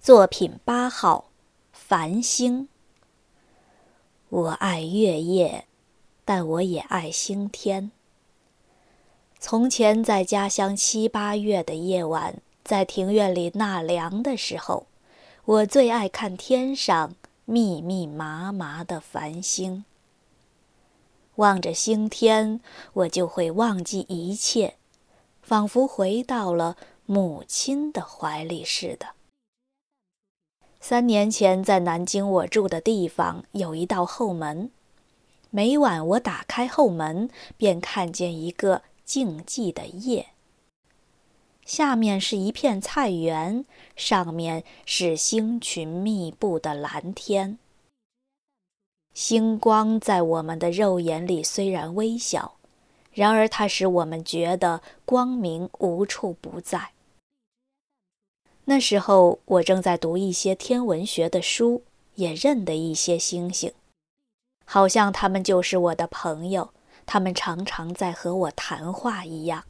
作品8号，繁星。我爱月夜，但我也爱星天。从前在家乡7、8月的夜晚，在庭院里纳凉的时候，我最爱看天上密密麻麻的繁星。望着星天，我就会忘记一切，仿佛回到了母亲的怀里似的。3年前在南京我住的地方有一道后门，每晚我打开后门，便看见一个静寂的夜。下面是一片菜园，上面是星群密布的蓝天。星光在我们的肉眼里虽然微小，然而它使我们觉得光明无处不在。那时候我正在读一些天文学的书，也认得一些星星，好像他们就是我的朋友，他们常常在和我谈话一样。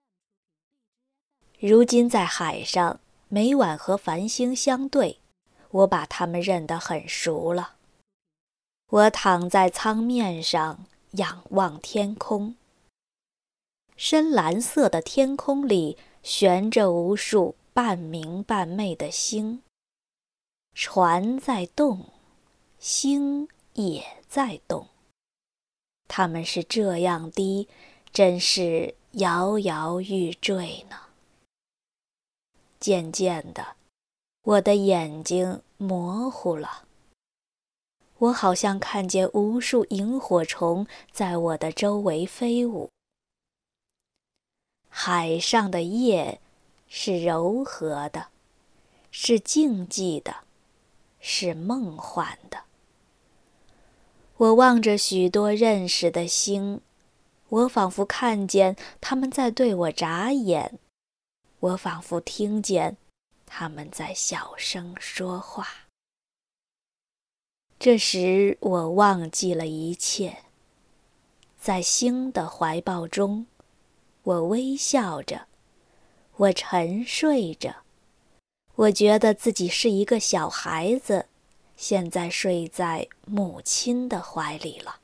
如今在海上，每晚和繁星相对，我把它们认得很熟了。我躺在舱面上，仰望天空。深蓝色的天空里悬着无数半明半昧的星，船在动，星也在动。它们是这样低，真是摇摇欲坠呢。渐渐的，我的眼睛模糊了。我好像看见无数萤火虫在我的周围飞舞。海上的夜是柔和的，是静寂的，是梦幻的。我望着许多认识的星，我仿佛看见他们在对我眨眼，我仿佛听见他们在小声说话。这时我忘记了一切，在星的怀抱中，我微笑着，我沉睡着，我觉得自己是一个小孩子，现在睡在母亲的怀里了。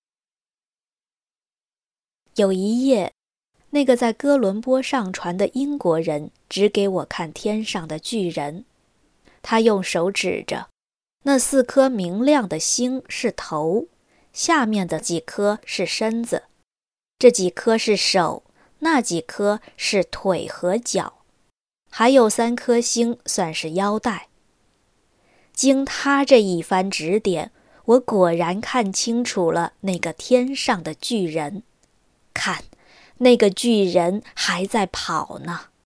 有一夜，那个在哥伦坡上船的英国人指给我看天上的巨人，他用手指着，那4颗明亮的星是头，下面的几颗是身子，这几颗是手，那几颗是腿和脚，还有3颗星算是腰带。经他这一番指点，我果然看清楚了那个天上的巨人。看，那个巨人还在跑呢。